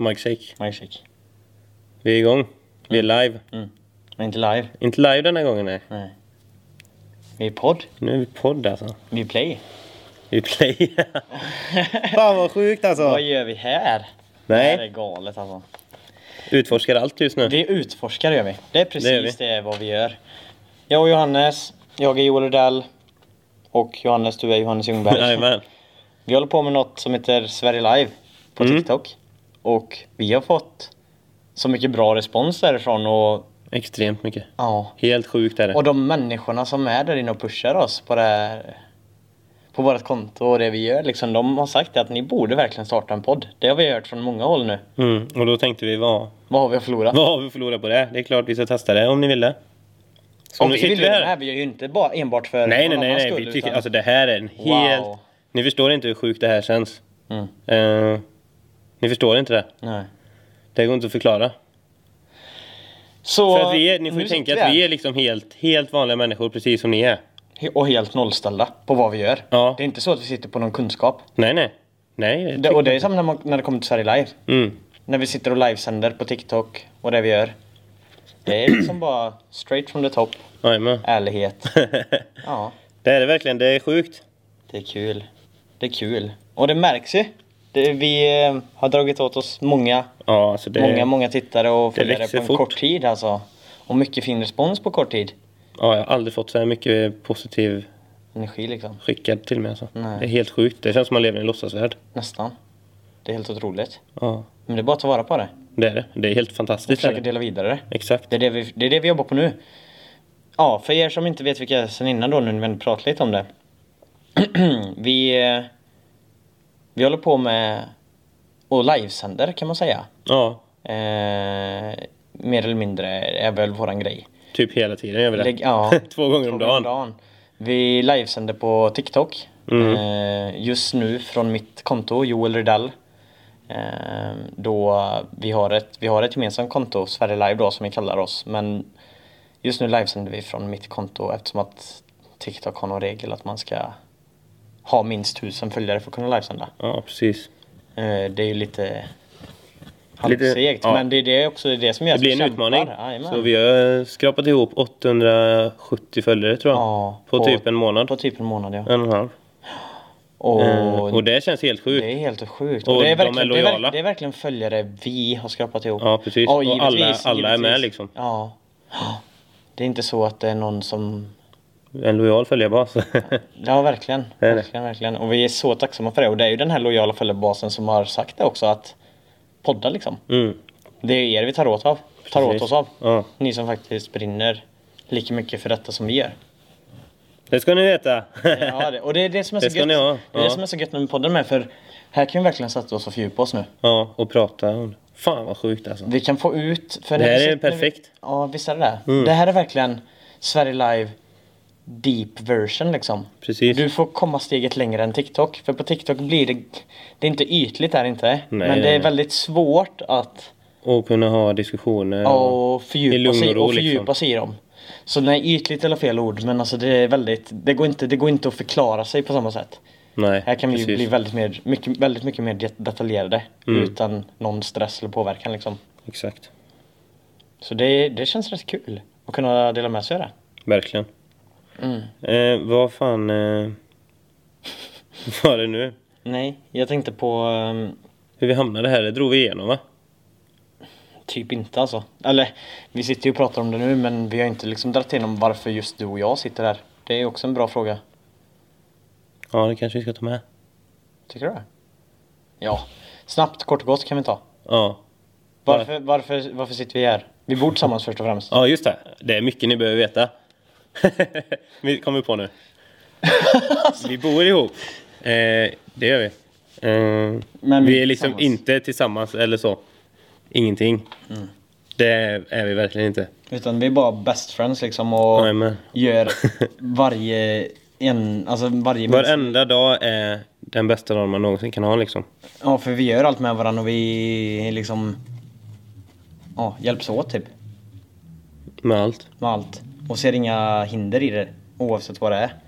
Mike Shake. Mike Shake. Vi är igång. Vi är live. Men inte live. Inte live den här gången, nej. Vi är podd. Nu är vi podd alltså. Vi är play. Vi play. Fan vad sjukt alltså. Vad gör vi här? Nej. Det här är galet alltså. Utforskar allt just nu. Vi utforskar gör vi. Det är precis Det det vad vi gör. Jag och Johannes. Jag är Joel Rydell. Och Johannes, du är Johannes Ljungberg. Jajamän. Vi håller på med något som heter Sverige Live på TikTok. Och vi har fått så mycket bra respons därifrån. Och, Extremt mycket. ja. Helt sjukt är det. Och de människorna som är där inne och pushar oss på det här, på vårt konto och det vi gör liksom, de har sagt att ni borde verkligen starta en podd. Det har vi hört från många håll nu. Och då tänkte vi, vad Vad har vi att förlora? har vi förlorat på det? Det är klart vi ska testa det om ni vill det. Så Och nu vi sitter vill vi ju här. det här, vi gör ju inte bara enbart för Nej. någon annans skull, Vi tycker, utan... alltså det här är en helt... Wow. Ni förstår inte hur sjukt det här känns. Ni förstår inte det. Nej. Det går inte att förklara. Så För att ni får ju nu tänka sitter att vi är liksom helt vanliga människor, precis som ni är. och helt nollställda på vad vi gör. Ja. Det är inte så att vi sitter på någon kunskap. Nej. Och det är samma när det kommer till Sverige Live. Mm. När vi sitter och livesänder på TikTok och det vi gör. Det är liksom bara straight from the top. Jajamän. Ärlighet. Ja. Det är det verkligen, det är sjukt. Det är kul. Det är kul. Och det märks ju. Vi har dragit åt oss många många tittare och följare växer på en fort. kort tid alltså. Och mycket fin respons på kort tid. Ja, jag har aldrig fått så här mycket positiv Energi liksom. skickad till mig alltså. Nej. Det är helt sjukt, det känns som man lever i en låtsasvärld. Nästan. Det är helt otroligt. Ja, Men det är bara att ta vara på det. det är det. Det är helt Och fantastiskt. försöka dela vidare det. Exakt. Det är det vi jobbar på nu. Ja, för er som inte vet vilka jag är sen innan då, nu när vi pratar lite om det. Vi håller på med och livesänder kan man säga. Ja, Mer eller mindre är väl våran grej. typ hela tiden gör vi det. Ja, 2 gånger om dagen. Vi livesänder på TikTok. Just nu från mitt konto, Joel Rydell. Då vi har ett gemensamt konto, Sverige Live då, som vi kallar oss. Men just nu livesänder vi från mitt konto eftersom att TikTok har någon regel att man ska ha minst 1000 följare för att kunna livesända. Ja, precis. Det är ju lite halvsegt, ja. men det är också det som gör Det blir en utmaning. Så vi har skrapat ihop 870 följare tror jag. Ja, på typ en månad. På typ en månad, ja. 1,5. Och det känns helt sjukt. Det är helt sjukt. Och det är de verkligen, är lojala. Det är verkligen följare vi har skrapat ihop. Ja, precis. Ja, och givetvis, alla är med givetvis. liksom. Ja. Det är inte så att det är någon som... En lojal följarbas. Ja, verkligen. Det är det. Verkligen. Och vi är så tacksamma för det. Och det är ju den här lojala följarbasen som har sagt det också, att podda liksom. Det är er vi tar åt oss av. Ja. Ni som faktiskt brinner lika mycket för detta som vi gör. Det ska ni veta. Ja, och det är det som är så Det ska gött. ni ha. Det är det som är så gött med podden med, för här kan vi verkligen sätta oss och fördjupa oss nu. Ja, och prata om det. Fan vad sjukt alltså. Vi kan få ut... För Det här är perfekt. Ja, visst är det det. Det här är verkligen Sverige Live deep version liksom. Precis. Du får komma steget längre än TikTok. För på TikTok blir det är inte ytligt där inte. Nej, men det är väldigt svårt att Och kunna ha diskussioner. och i fördjupa lugn sig och ro, och fördjupa liksom. sig i dem. Så nej, ytligt eller fel ord, men alltså det är väldigt, det går inte att förklara sig på samma sätt. Nej, Här kan vi ju precis. bli väldigt mycket mer detaljerade utan någon stress eller påverkan liksom. Exakt. Så det känns rätt kul att kunna dela med sig av det. Verkligen. Vad fan var det nu? Nej, jag tänkte på Hur vi hamnade här, det drog vi igenom va? typ inte alltså. Eller vi sitter ju och pratar om det nu, men vi har inte liksom dragit igenom varför just du och jag sitter här. Det är också en bra fråga. Ja, det kanske vi ska ta med. Tycker du det? Ja, snabbt, kort och gott kan vi ta. Ja. Varför sitter vi här? Vi bor tillsammans först och främst. Ja, just det. Det är mycket ni behöver veta. Vi kommer på nu. Vi bor ihop. Det gör vi. Men vi är liksom tillsammans. inte tillsammans eller så. Ingenting. Det är vi verkligen inte. Utan vi är bara best friends liksom och Jajamän. gör Varenda dag är den bästa dagen man någonsin kan ha liksom. Ja, för vi gör allt med varandra och vi liksom hjälps åt typ Med allt. med allt och ser inga hinder i det oavsett vad det är.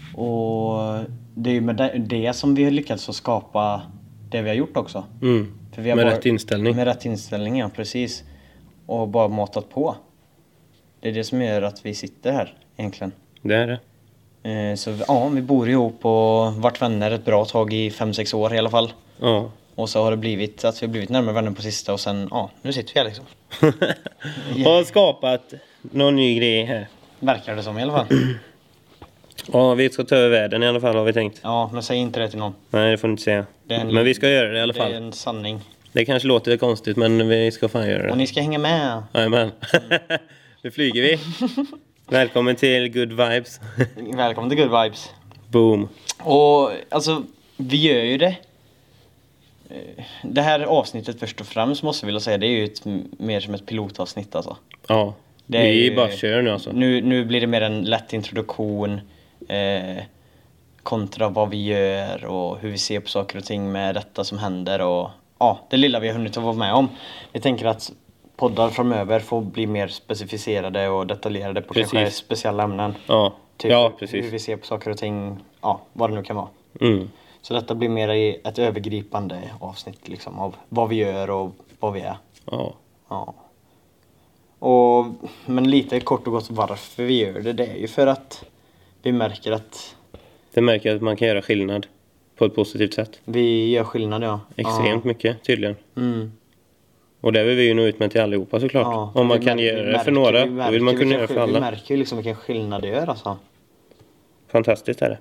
Och det är ju med det som vi har lyckats att skapa det vi har gjort också. För För vi har Med bara, rätt inställning. Med rätt inställning, ja, precis. Och bara matat på. Det är det som gör att vi sitter här, egentligen. Det är det. Så ja, vi bor ihop och varit vänner ett bra tag i 5-6 år i alla fall. Ja. Och så har det blivit att vi har blivit närmare vänner på sista och sen, ja, nu sitter vi här liksom. Har skapat någon ny grej här. Verkar det som i alla fall. Ja, vi ska ta över världen i alla fall har vi tänkt. Ja, men säg inte det till någon. Nej, det får ni inte säga. Men vi ska göra det i alla Det är fall. en sanning. Det kanske låter konstigt, men vi ska fan göra det. Och ni ska hänga med. Jajamän. Nu flyger vi. Välkommen till Good Vibes. Välkommen till Good Vibes. Boom. Och alltså, vi gör ju det. Det här avsnittet först och främst måste vi väl säga, det är ju mer som ett pilotavsnitt alltså. Ja, Det är vi ju, bara kör nu alltså. Nu blir det mer en lätt introduktion kontra vad vi gör och hur vi ser på saker och ting med detta som händer och ja, det lilla vi har hunnit att vara med om. Vi tänker att poddar framöver får bli mer specificerade och detaljerade på kanske speciella ämnen. Ja, Typ ja precis. hur vi ser på saker och ting, ja, vad det nu kan vara. Mm. Så detta blir mer i ett övergripande avsnitt liksom av vad vi gör och vad vi är. Ja. Ja. Men lite kort och gott varför vi gör det är ju för att vi märker att Det märker att man kan göra skillnad på ett positivt sätt. vi gör skillnad, ja. Extremt mycket, tydligen. Mm. Och det vill vi ju nå ut med till allihopa såklart. Ja, Om man kan göra det för några, då vill man kunna göra det för Vi alla. märker ju liksom vilken skillnad det gör alltså. Fantastiskt är det.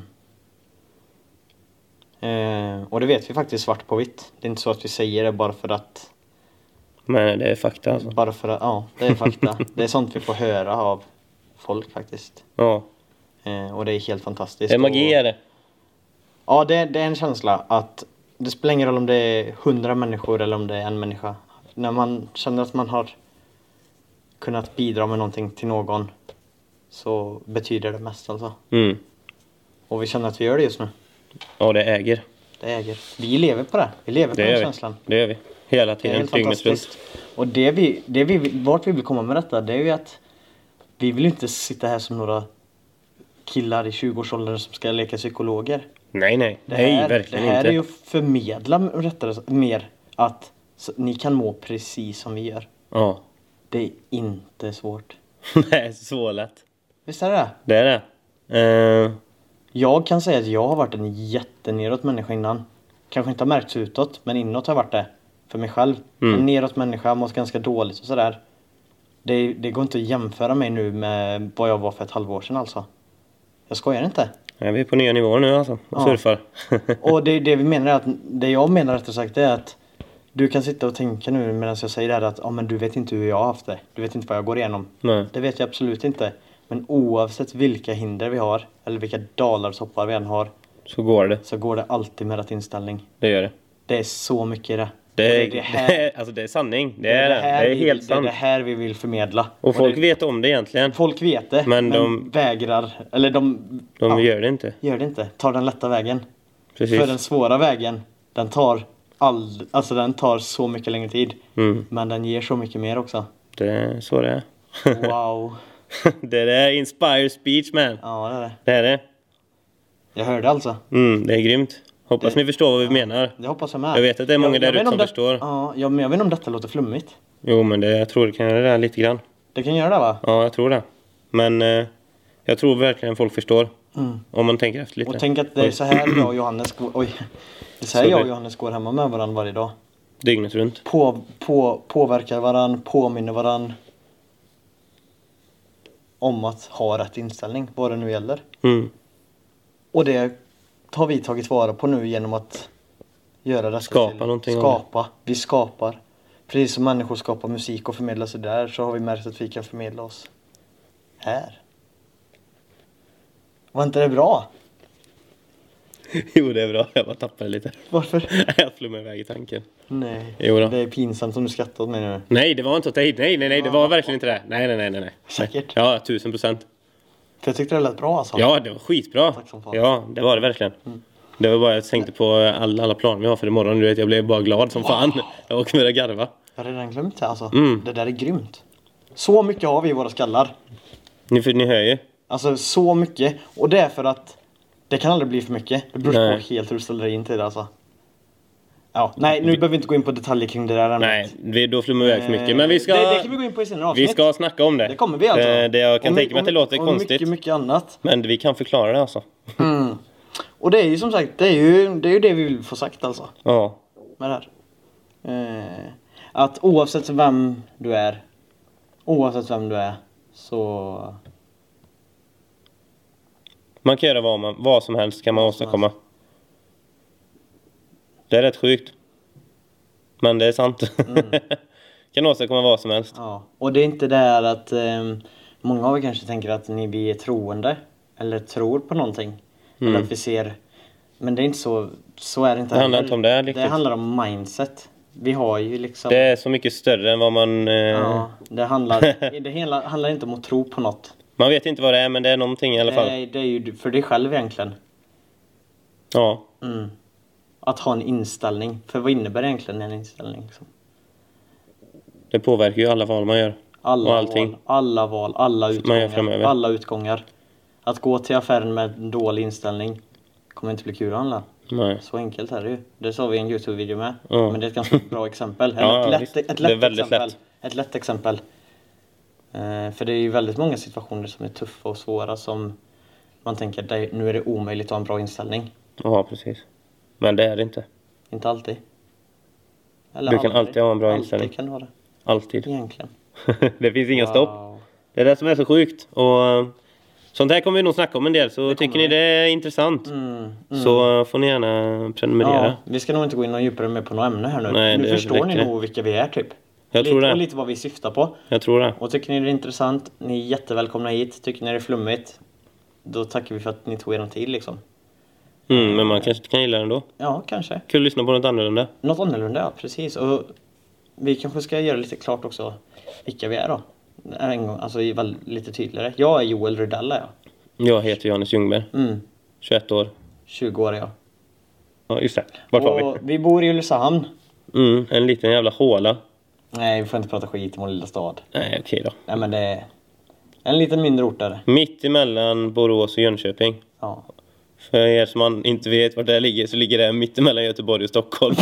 Och det vet vi faktiskt svart på vitt. Det är inte så att vi säger det bara för att Men det är fakta alltså. ja, det är fakta. Det är sånt vi får höra av folk faktiskt. Ja, Och det är helt fantastiskt. det är magi är det. Ja, det är en känsla att det spelar ingen roll om det är 100 människor eller om det är en människa. När man känner att man har kunnat bidra med någonting till någon så betyder det mest alltså. Mm. Och vi känner att vi gör det just nu. Ja, det äger. Det äger. Vi lever på det. Vi lever på Det den gör vi. känslan. Det gör vi. Hela Det är tiden, helt dygnet runt. fantastiskt. Och vart vi vill komma med detta, det är ju att vi vill inte sitta här som några killar i 20-årsåldern som ska leka psykologer. Nej, Det verkligen här inte. är ju att förmedla mer att ni kan må precis som vi gör. Ja. Det är inte svårt. Det är så lätt. Visst är det? Det är det. Jag kan säga att jag har varit en jätteneråt människa innan. Kanske inte har märkts utåt, men inåt har jag varit det. För mig själv. En neråt människa, mått ganska dåligt och sådär. Det går inte att jämföra mig nu med vad jag var för ett halvår sedan alltså. Jag skojar inte. Ja, vi är på nya nivåer nu alltså. Och surfar. Och det vi menar är att, det jag menar rättare sagt är att du kan sitta och tänka nu medan jag säger det här att men du vet inte hur jag har haft det. Du vet inte vad jag går igenom. Nej. Det vet jag absolut inte. Men oavsett vilka hinder vi har eller vilka dalarsoppar vi än har Så går det. så går det alltid med rätt inställning. Det gör det. Det är så mycket i det. Alltså det är sanning. Det är helt sant. Det är det här vi vill förmedla. Och folk vet om det egentligen. Folk vet det, men de vägrar. Eller de Gör det inte. gör det inte. Tar den lätta vägen. Precis. För den svåra vägen, den tar så mycket längre tid. Men den ger så mycket mer också. Det är så det är. Wow. Det är inspire speech, man. Ja, det är det. Det är det. Jag hörde alltså. Det är grymt. Hoppas ni förstår vad vi menar. Det hoppas jag med. Jag vet att det är många där ute som förstår. Ja, men jag vet inte om detta låter flummigt. Jo, men jag tror det kan göra det lite grann. Det kan göra det, va? Ja, jag tror det. Men jag tror verkligen folk förstår. Om man tänker efter lite. Och tänk att det är så här jag och Johannes går... Oj. Det är så här jag och Johannes går hemma med varandra varje dag. Dygnet runt. Påverkar varandra, påminner varandra om att ha rätt inställning, vad det nu gäller. Och det har vi tagit vara på nu genom att göra det. Skapa någonting. Vi skapar. Precis som människor skapar musik och förmedlar sig där, så har vi märkt att vi kan förmedla oss här. Var inte det bra? Jo, det är bra. Jag bara tappade lite. Varför? Jag flummade iväg i tanken. Nej, Jo då. det är pinsamt som du skrattar åt mig nu. Nej, det var inte åt dig. Nej, det var verkligen inte det. Nej. Säkert. Ja, 1000%. För jag tyckte det lät bra alltså. Ja, det var skitbra. Tack som fan. Ja, det var det verkligen. Det var bara jag tänkte på alla planer vi har för imorgon. Du vet, jag blev bara glad som fan. Jag åker med det garva. Jag har redan glömt det alltså. Det där är grymt. Så mycket har vi i våra skallar. Ni hör ju. Alltså så mycket. Och det är för att det kan aldrig bli för mycket. Det beror Nej. på helt hur du ställer dig in till det alltså. Ja, nej, nu behöver vi inte gå in på detaljer kring det där ämnet. Nej, då flummar vi iväg för mycket. Men vi ska... Det kan vi gå in på i senare avsnitt. Vi ska snacka om det. Det kommer vi alltså. Jag kan tänka mig att det låter konstigt. Mycket annat. Men vi kan förklara det alltså. Och det är ju som sagt, det är ju det vi vill få sagt alltså. Ja. Med det här. Att oavsett vem du är, så... Man kan göra vad som helst kan man åstadkomma. Det är rätt sjukt. Men det är sant. Kan åstadkomma vad som helst. Ja, och det är inte där att många av er kanske tänker att vi är troende eller tror på någonting. Eller att vi ser, men det är inte så är det inte. Det handlar inte om det riktigt. Det handlar om mindset. Vi har ju liksom... Det är så mycket större än vad man... Ja, det handlar inte om att tro på något. Man vet inte vad det är, men det är någonting i alla fall. Det är ju för dig själv egentligen. Ja. Att ha en inställning. För vad innebär egentligen en inställning? Liksom? Det påverkar ju alla val man gör. Alla val, alla utgångar. Att gå till affären med en dålig inställning kommer inte bli kul att handla. Nej. Så enkelt är det ju. Det sa vi i en YouTube-video med. Men det är ett ganska bra exempel. Ett lätt exempel. För det är ju väldigt många situationer som är tuffa och svåra som man tänker nu är det omöjligt att ha en bra inställning. Ja, precis. Men det är det inte. Inte alltid. Eller du kan alltid ha en bra inställning. Alltid kan du ha det. Alltid. Egentligen. Det finns inga stopp. Det är det som är så sjukt. Och sånt här kommer vi nog snacka om en del. Så tycker ni det är intressant så får ni gärna prenumerera. Ja, vi ska nog inte gå in och djupare med på några ämne här nu. Nej, nu förstår ni nog vilka vi är typ. Jag tror det. Och lite vad vi syftar på. Jag tror det. Och tycker ni det är intressant, ni är jättevälkomna hit. Tycker ni det är flummigt, då tackar vi för att ni tog er tid liksom. Men man kanske kan gilla den då. Ja, kanske. Kul att lyssna på något annorlunda. Något annorlunda, ja, precis. Och vi kanske ska göra lite klart också vilka vi är då. En gång, alltså lite tydligare. Jag är Joel Rydell, ja. Jag heter Johannes Ljungberg. 21 år. 20 år, ja. Ja, just det. Vart var vi? Vi bor i Ulricehamn. En liten jävla håla. Nej, vi får inte prata skit om vår lilla stad. Nej, okej då. Nej, men det är en liten mindre ort där. Mitt emellan Borås och Jönköping. Ja. För er som man inte vet vart det ligger så ligger det mitt emellan Göteborg och Stockholm.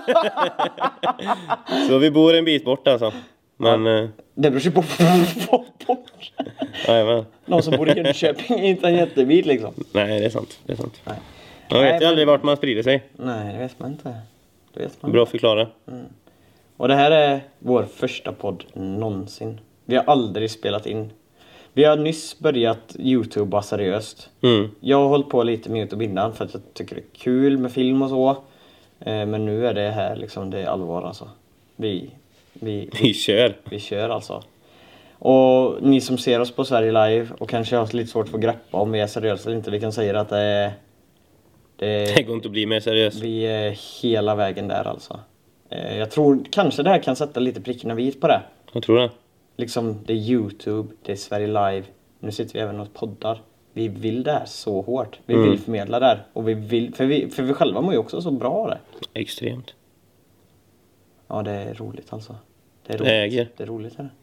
Så vi bor en bit bort alltså. Men... Det beror ju på bort. Jajamän. Någon som bor i Jönköping är inte en jättebit liksom. Nej, det är sant. Det är sant. Nej. Man vet ju aldrig vart man sprider sig. Nej, det vet man inte. Bra förklara. Och det här är vår första podd någonsin. Vi har aldrig spelat in. Vi har nyss börjat YouTubea seriöst. Jag har hållit på lite med YouTube innan för att jag tycker det är kul med film och så. Men nu är det här liksom, det är allvar alltså. Vi kör alltså. Och ni som ser oss på Sverige Live och kanske har lite svårt att få greppa om vi är seriösa eller inte. Vi kan säga att det går inte att bli mer seriös. Vi är hela vägen där alltså. Jag tror kanske det här kan sätta lite pricken vid på det. Jag tror det. Liksom det är YouTube, det är Sverige Live. Nu sitter vi även och poddar. Vi vill det här så hårt. Vi vill förmedla det här. Och vi vill, för vi själva mår ju också så bra det. Extremt. Ja, det är roligt alltså. Det är roligt. Det är roligt här.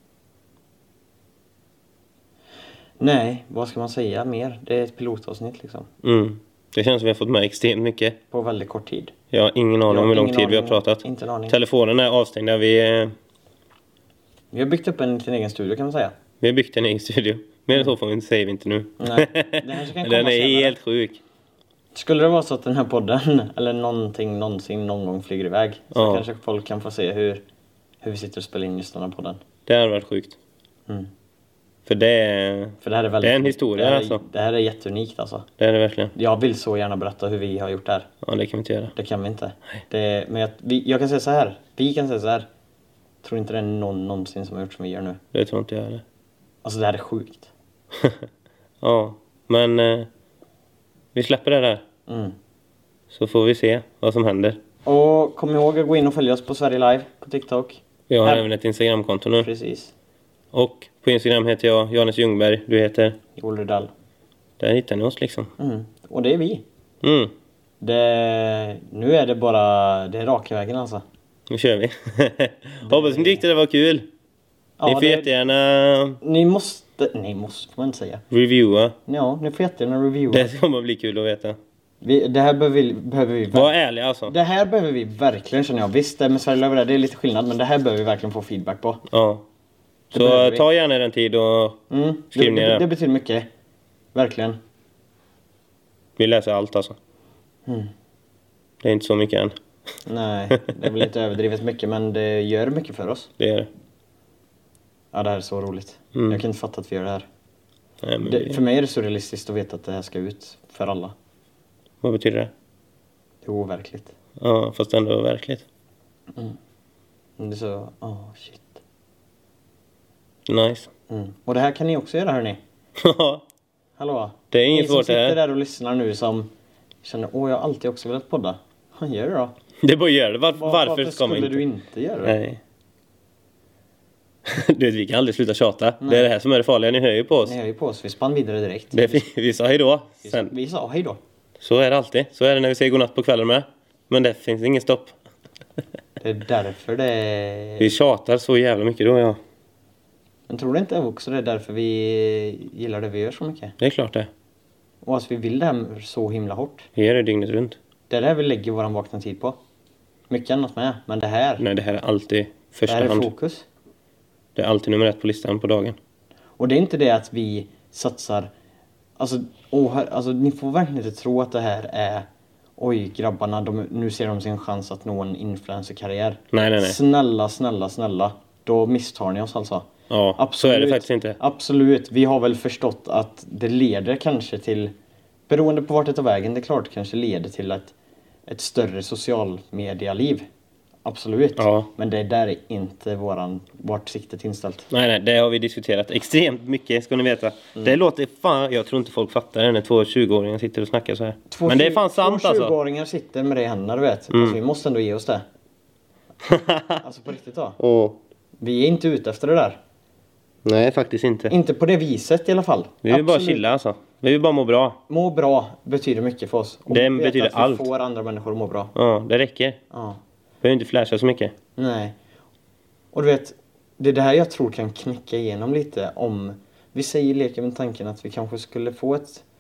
Nej, vad ska man säga mer? Det är ett pilotavsnitt liksom. Det känns som vi har fått med extremt mycket. På väldigt kort tid. Jag har ingen aning om hur lång tid vi har pratat. Inte en aning. Telefonen är avstängda. Vi har byggt upp en egen studio kan man säga. Vi har byggt en egen studio. Men så får vi inte, säger vi inte nu. Nej, den är helt sjuk. Skulle det vara så att den här podden eller någonting någonsin någon gång flyger iväg så kanske folk kan få se hur vi sitter och spelar in just den här podden. Det har varit sjukt. För det här är väldigt, det är en historia alltså. Det här är jätteunikt alltså. Det är det verkligen. Jag vill så gärna berätta hur vi har gjort det här. Ja, det kan vi inte göra. Det kan vi inte. Men jag kan säga så här. Vi kan säga så här. Tror inte det är någon någonsin som har gjort som vi gör nu. Det tror inte jag heller. Alltså det här är sjukt. Ja, men vi släpper det där. Så får vi se vad som händer. Och kom ihåg att gå in och följa oss på Sverige Live på TikTok. Jag har även ett Instagramkonto nu. Precis. Och på Instagram heter jag Johannes Ljungberg. Du heter? Joel Rydell. Där hittar ni oss liksom. Och det är vi. Nu är det bara... Det är raka vägen alltså. Nu kör vi. Hoppas ni tyckte det var kul. Ja, ni får jättegärna... Ni måste får man inte säga. Reviewa. Ja, ni får jättegärna reviewa. Det kommer bli kul att veta. Det här behöver vi Var ärlig alltså. Det här behöver vi verkligen, känner jag. Visst, det med Sverige Live, det är lite skillnad, men det här behöver vi verkligen få feedback på. Ja. Så ta gärna den tid och skriv ner det. Det betyder mycket. Verkligen. Vi läser allt alltså. Det är inte så mycket än. Nej, det är väl inte överdrivet mycket, men det gör mycket för oss. Det är det. Ja, det här är så roligt. Jag kan inte fatta att vi gör det här. Nej, men För mig är det så realistiskt att veta att det här ska ut för alla. Vad betyder det? Det är overkligt. Ja, fast ändå verkligt. Det är så, shit. Nice. Och det här kan ni också göra, hörni. Hallå? Det är inget ni som svårt det här. sitter där och lyssnar nu som känner, jag har alltid också velat podda. Gör det då. Det är bara att göra det. Varför Varför ska man skulle inte? du inte göra det? Nej. Du vet, vi kan aldrig sluta tjata. Nej. Det är det här som är det farliga. Ni hör ju på oss. Ni hör ju på oss. Vi spann vidare direkt. Vi sa hej då. Sen. Vi sa hej då. Så är det alltid. Så är det när vi säger godnatt på kvällen med. Men det finns ingen stopp. Det är därför det... Vi tjatar så jävla mycket då, ja. Men tror du inte också det är därför vi gillar det vi gör så mycket? Det är klart det. Och alltså vi vill det här så himla hårt. Vi gör det dygnet runt. Det är det vi lägger våran vakna tid på. Mycket annat med. Men det här... Nej, det här är alltid första hand. Det här är hand. fokus. Det är alltid nummer 1 på listan på dagen. Och det är inte det att vi satsar... Alltså ni får verkligen inte tro att det här är... Oj, grabbarna, nu ser de sin chans att nå en influencerkarriär. Nej. Snälla. Då misstar ni oss alltså. Ja, absolut. Så är det faktiskt inte. Absolut. Vi har väl förstått att det leder kanske till... Beroende på vart det tar vägen, det är klart kanske leder till ett större social-media-liv. Absolut. Ja. Men det där är inte vart siktet inställt. Nej, det har vi diskuterat extremt mycket, ska ni veta. Det låter fan, jag tror inte folk fattar det när 2 20-åringar sitter och snackar så här. Men det är fan sant alltså. 2 20-åringar sitter med det i händerna, du vet. Alltså, vi måste ändå ge oss det. Alltså på riktigt då. Vi är inte ute efter det där. Nej, faktiskt inte. Inte på det viset i alla fall. Vi vill bara chilla alltså. Vi vill bara må bra. Må bra betyder mycket för oss. Och det betyder allt. Att vi får andra människor att må bra. Ja, det räcker. Ja. Vi behöver inte flasha så mycket. Nej. Och du vet, det är det här jag tror kan knäcka igenom lite om... Vi leker med tanken att vi kanske skulle få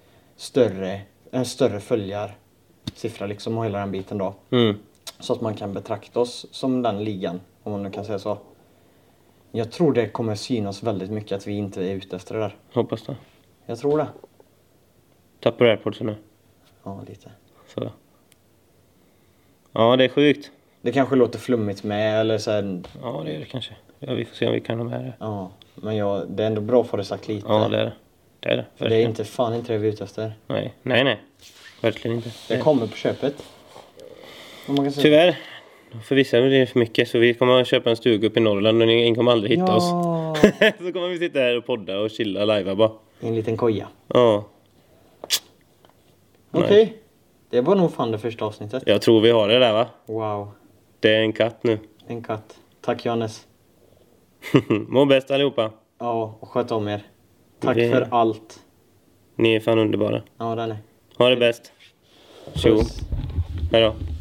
en större följarsiffra liksom och hela den biten då. Så att man kan betrakta oss som den ligan, om man nu kan säga så. Jag tror det kommer synas väldigt mycket att vi inte är ute efter det där. Hoppas det. Jag tror det. Tappar AirPods nu? Ja, lite. Så. Ja, det är sjukt. Det kanske låter flummigt med eller så här... Ja, det är det kanske. Ja, vi får se om vi kan ha med det. Ja, men det är ändå bra för det sagt lite. Ja, det är det. Det är det. För det är inte fan inte det vi är ute efter. Nej. Verkligen inte. Det kommer på köpet. Tyvärr. För vissa är det för mycket. Så vi kommer att köpa en stuga upp i Norrland och ni kommer aldrig hitta oss. Så kommer vi sitta här och podda och chilla live bara. I en liten koja. Ja. Okej. Det var nog fan det första avsnittet. Jag tror vi har det där, va? Wow. Det är en katt nu. En katt. Tack Johannes. Må bäst allihopa. Ja, och sköt om er. Tack för allt. Ni är fan underbara. Ja, det är ni. Ha det bäst. Tjo. Hej då.